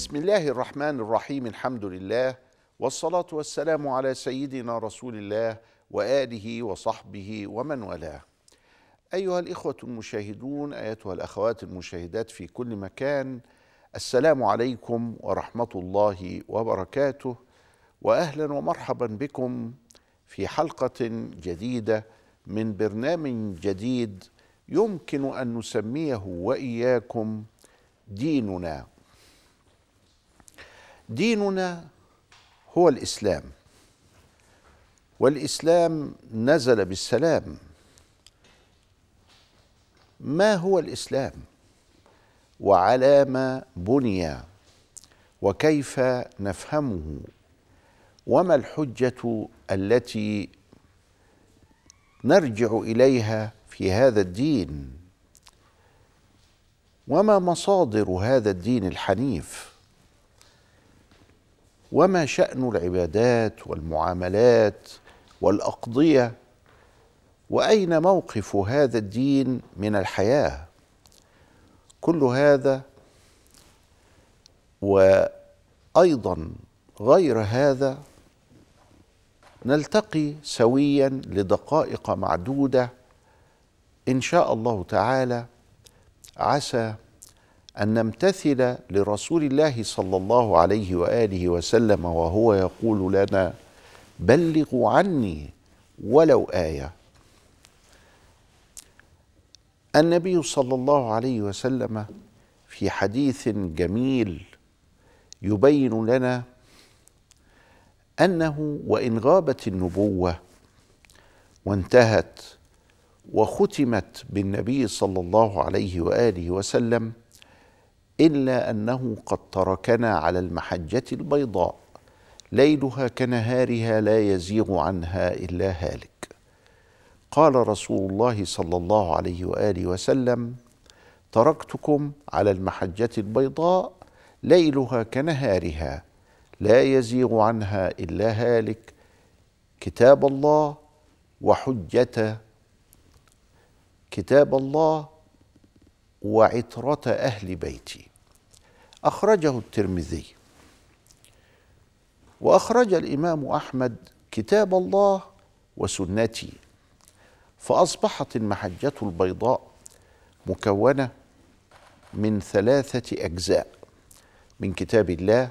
بسم الله الرحمن الرحيم. الحمد لله والصلاة والسلام على سيدنا رسول الله وآله وصحبه ومن والاه. أيها الإخوة المشاهدون، أيتها الأخوات المشاهدات في كل مكان، السلام عليكم ورحمة الله وبركاته، وأهلا ومرحبا بكم في حلقة جديدة من برنامج جديد يمكن أن نسميه وإياكم ديننا. ديننا هو الإسلام، والإسلام نزل بالسلام. ما هو الإسلام؟ وعلى ما بني؟ وكيف نفهمه؟ وما الحجة التي نرجع إليها في هذا الدين؟ وما مصادر هذا الدين الحنيف؟ وما شأن العبادات والمعاملات والأقضية؟ وأين موقف هذا الدين من الحياة؟ كل هذا وأيضا غير هذا نلتقي سويا لدقائق معدودة إن شاء الله تعالى، عسى أن نمتثل لرسول الله صلى الله عليه وآله وسلم وهو يقول لنا: بلغوا عني ولو آية. النبي صلى الله عليه وسلم في حديث جميل يبين لنا أنه وإن غابت النبوة وانتهت وختمت بالنبي صلى الله عليه وآله وسلم، إلا أنه قد تركنا على المحجة البيضاء ليلها كنهارها لا يزيغ عنها إلا هالك. قال رسول الله صلى الله عليه وآله وسلم: تركتكم على المحجة البيضاء ليلها كنهارها لا يزيغ عنها إلا هالك، كتاب الله وحجة كتاب الله وعترة أهل بيتي. أخرجه الترمذي. وأخرج الإمام أحمد كتاب الله وسنتي، فأصبحت المحجة البيضاء مكونة من 3 أجزاء: من كتاب الله،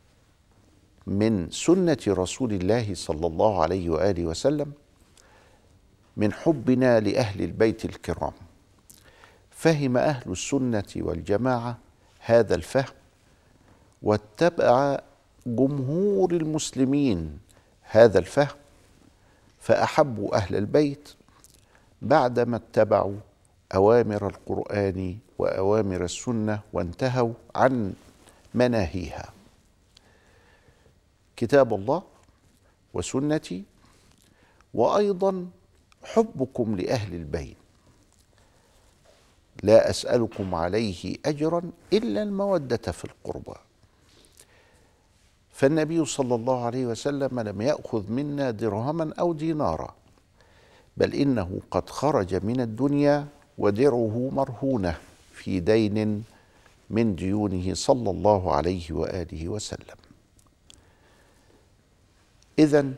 من سنة رسول الله صلى الله عليه وآله وسلم، من حبنا لأهل البيت الكرام. فهم أهل السنة والجماعة هذا الفهم، واتبع جمهور المسلمين هذا الفهم، فأحبوا أهل البيت بعدما اتبعوا أوامر القرآن وأوامر السنة وانتهوا عن مناهيها. كتاب الله وسنتي، وأيضا حبكم لأهل البيت. لا أسألكم عليه أجرا إلا المودة في القربى. فالنبي صلى الله عليه وسلم لم يأخذ منا درهما أو دينارا، بل إنه قد خرج من الدنيا ودرعه مرهونة في دين من ديونه صلى الله عليه وآله وسلم. إذن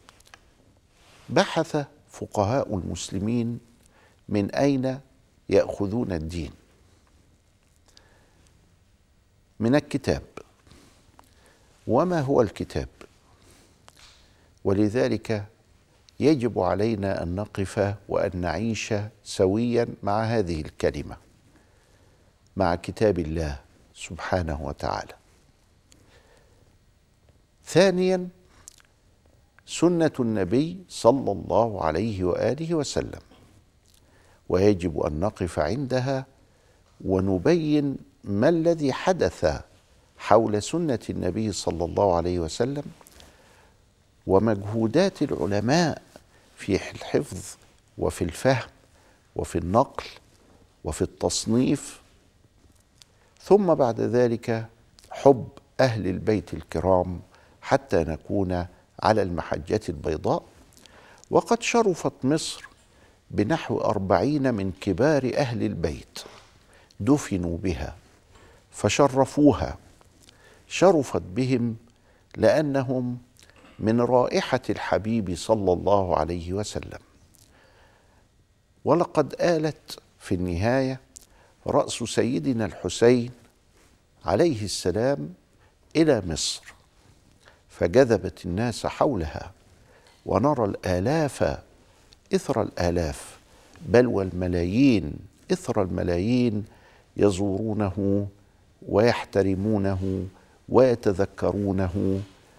بحث فقهاء المسلمين من أين يأخذون الدين. من الكتاب. وما هو الكتاب؟ ولذلك يجب علينا أن نقف وأن نعيش سويا مع هذه الكلمة، مع كتاب الله سبحانه وتعالى. ثانيا، سنة النبي صلى الله عليه وآله وسلم، ويجب أن نقف عندها ونبين ما الذي حدث حول سنة النبي صلى الله عليه وسلم، ومجهودات العلماء في الحفظ وفي الفهم وفي النقل وفي التصنيف، ثم بعد ذلك حب أهل البيت الكرام حتى نكون على المحجة البيضاء. وقد شرفت مصر بنحو 40 من كبار أهل البيت دفنوا بها فشرفوها شرفت بهم لأنهم من رائحة الحبيب صلى الله عليه وسلم. ولقد آلت في النهاية رأس سيدنا الحسين عليه السلام إلى مصر، فجذبت الناس حولها، ونرى الآلاف إثر الآلاف، بل والملايين إثر الملايين يزورونه ويحترمونه ويتذكرونه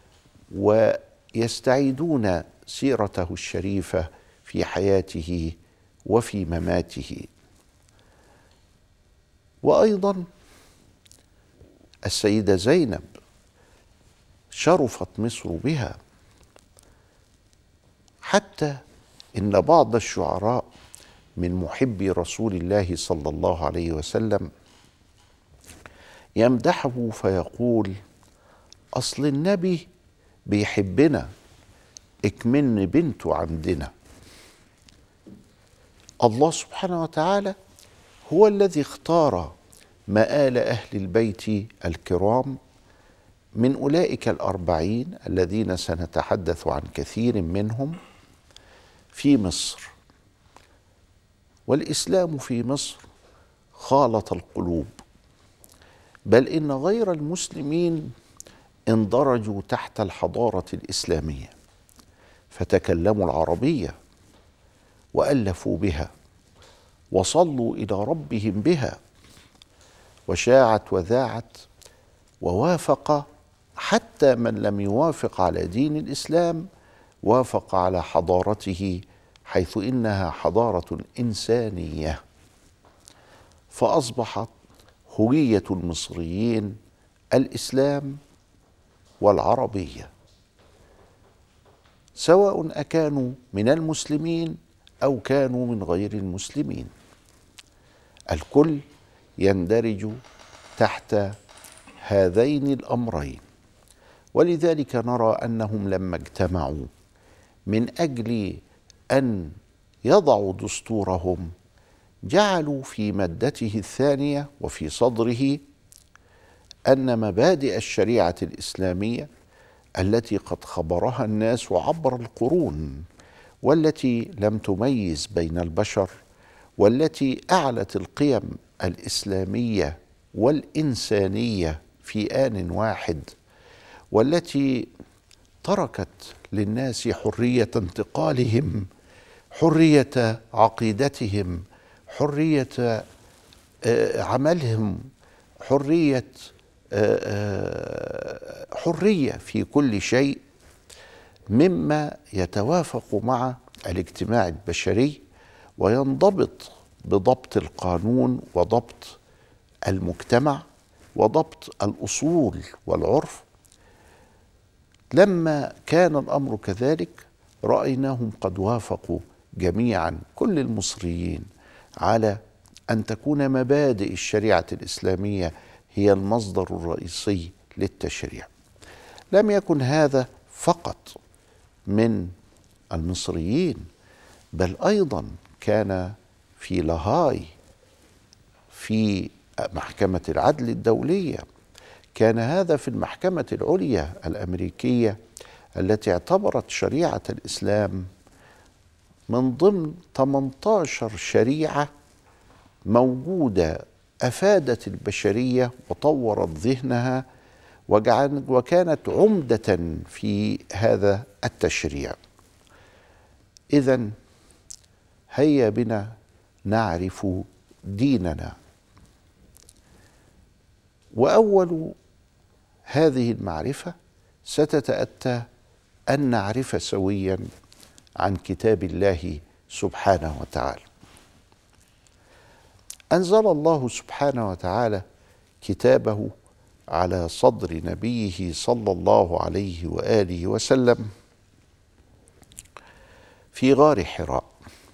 ويستعيدون سيرته الشريفة في حياته وفي مماته. وأيضا السيدة زينب شرفت مصر بها، حتى إن بعض الشعراء من محبي رسول الله صلى الله عليه وسلم يمدحه فيقول: أصل النبي بيحبنا، اكمن بنته عندنا. الله سبحانه وتعالى هو الذي اختار مآل أهل البيت الكرام من أولئك 40 الذين سنتحدث عن كثير منهم في مصر. والإسلام في مصر خالط القلوب، بل إن غير المسلمين اندرجوا تحت الحضارة الإسلامية، فتكلموا العربية وألفوا بها وصلوا إلى ربهم بها، وشاعت وذاعت، ووافق حتى من لم يوافق على دين الإسلام وافق على حضارته، حيث إنها حضارة إنسانية. فأصبحت هوية المصريين الإسلام والعربية، سواء أكانوا من المسلمين أو كانوا من غير المسلمين، الكل يندرج تحت هذين الأمرين. ولذلك نرى أنهم لما اجتمعوا من أجل أن يضعوا دستورهم جعلوا في مادته الثانية وفي صدره أن مبادئ الشريعة الإسلامية التي قد خبرها الناس عبر القرون، والتي لم تميز بين البشر، والتي أعلت القيم الإسلامية والإنسانية في آن واحد، والتي تركت للناس حرية انتقالهم، حرية عقيدتهم، حرية عملهم، حرية في كل شيء مما يتوافق مع الاجتماع البشري وينضبط بضبط القانون وضبط المجتمع وضبط الأصول والعرف. لما كان الأمر كذلك رأيناهم قد وافقوا جميعا كل المصريين على أن تكون مبادئ الشريعة الإسلامية هي المصدر الرئيسي للتشريع. لم يكن هذا فقط من المصريين، بل أيضا كان في لاهاي في محكمة العدل الدولية، كان هذا في المحكمة العليا الأمريكية التي اعتبرت شريعة الإسلام من ضمن 18 شريعة موجودة أفادت البشرية وطورت ذهنها وكانت عمدة في هذا التشريع. إذن هيا بنا نعرف ديننا. وأول هذه المعرفة ستتأتى أن نعرف سويا عن كتاب الله سبحانه وتعالى. أنزل الله سبحانه وتعالى كتابه على صدر نبيه صلى الله عليه وآله وسلم في غار حراء،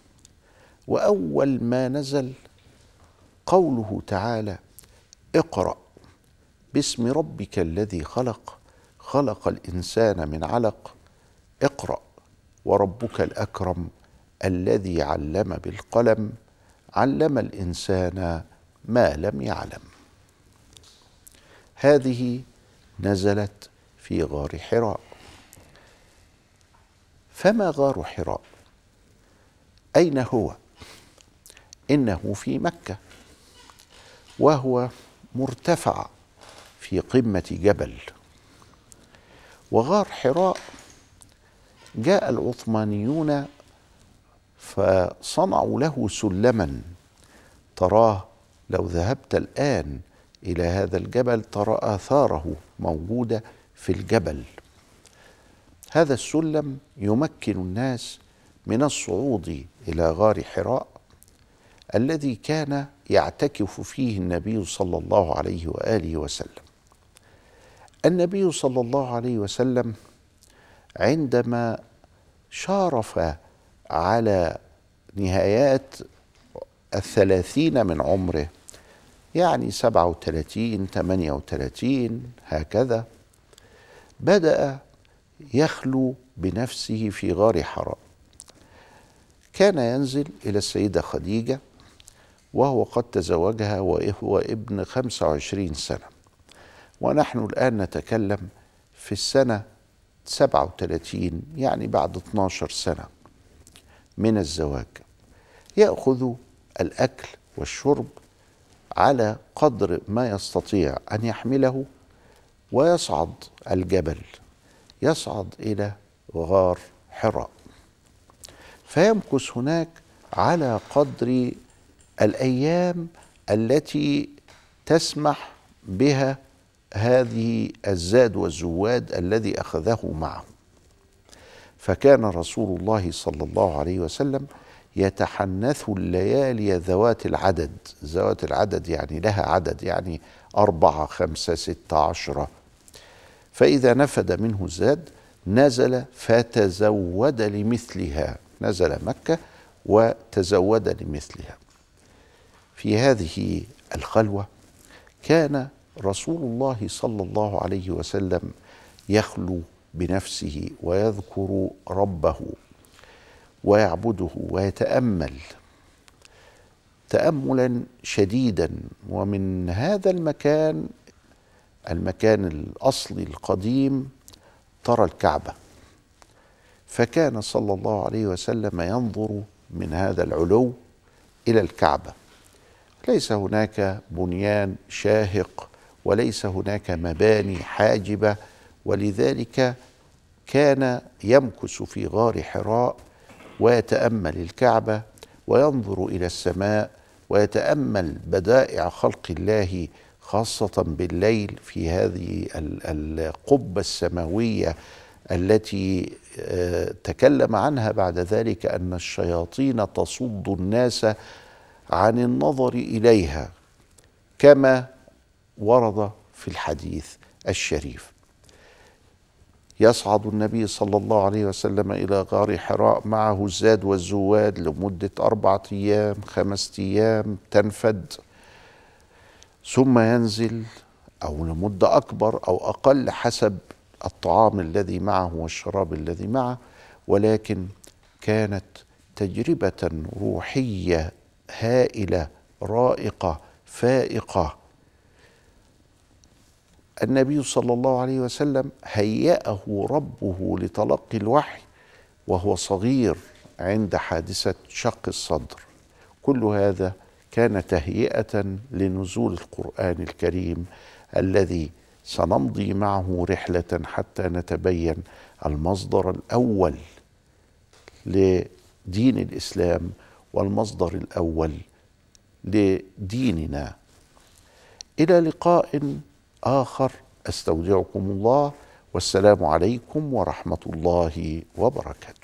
وأول ما نزل قوله تعالى: اقرأ باسم ربك الذي خلق، خلق الإنسان من علق، اقرأ وربك الأكرم الذي علم بالقلم، علم الإنسان ما لم يعلم. هذه نزلت في غار حراء. فما غار حراء؟ أين هو؟ إنه في مكة، وهو مرتفع في قمة جبل. وغار حراء جاء العثمانيون فصنعوا له سلما تراه، لو ذهبت الآن إلى هذا الجبل ترى آثاره موجودة في الجبل. هذا السلم يمكن الناس من الصعود إلى غار حراء الذي كان يعتكف فيه النبي صلى الله عليه وآله وسلم. النبي صلى الله عليه وسلم عندما شارف على نهايات 30 من عمره، يعني 37 38 هكذا، بدأ يخلو بنفسه في غار حراء. كان ينزل إلى السيدة خديجة وهو قد تزوجها وهو ابن 25 سنة، ونحن الآن نتكلم في السنة 37، يعني بعد 12 سنة من الزواج. يأخذ الأكل والشرب على قدر ما يستطيع أن يحمله ويصعد الجبل، يصعد إلى غار حراء، فيمكث هناك على قدر الأيام التي تسمح بها هذه الزاد والزواد الذي أخذه معه. فكان رسول الله صلى الله عليه وسلم يتحنث الليالي ذوات العدد. ذوات العدد يعني لها عدد، يعني 4 5 6 10. فإذا نفد منه الزاد نزل فتزود لمثلها، نزل مكة وتزود لمثلها. في هذه الخلوة كان رسول الله صلى الله عليه وسلم يخلو بنفسه ويذكر ربه ويعبده ويتأمل تأملا شديدا. ومن هذا المكان الأصلي القديم ترى الكعبة، فكان صلى الله عليه وسلم ينظر من هذا العلو إلى الكعبة. ليس هناك بنيان شاهق وليس هناك مباني حاجبة، ولذلك كان يمكث في غار حراء ويتأمل الكعبة وينظر إلى السماء ويتأمل بدائع خلق الله، خاصة بالليل في هذه القبة السماوية التي تكلم عنها بعد ذلك أن الشياطين تصد الناس عن النظر إليها كما ورد في الحديث الشريف. يصعد النبي صلى الله عليه وسلم إلى غار حراء معه الزاد والزواد لمدة 4 أيام 5 أيام تنفد، ثم ينزل أو لمدة أكبر أو أقل حسب الطعام الذي معه والشراب الذي معه. ولكن كانت تجربة روحية هائلة رائقة فائقة. النبي صلى الله عليه وسلم هيأه ربه لتلقي الوحي وهو صغير عند حادثة شق الصدر. كل هذا كان تهيئة لنزول القرآن الكريم الذي سنمضي معه رحلة حتى نتبين المصدر الأول لدين الإسلام والمصدر الأول لديننا. إلى لقاء آخر، أستودعكم الله، والسلام عليكم ورحمة الله وبركاته.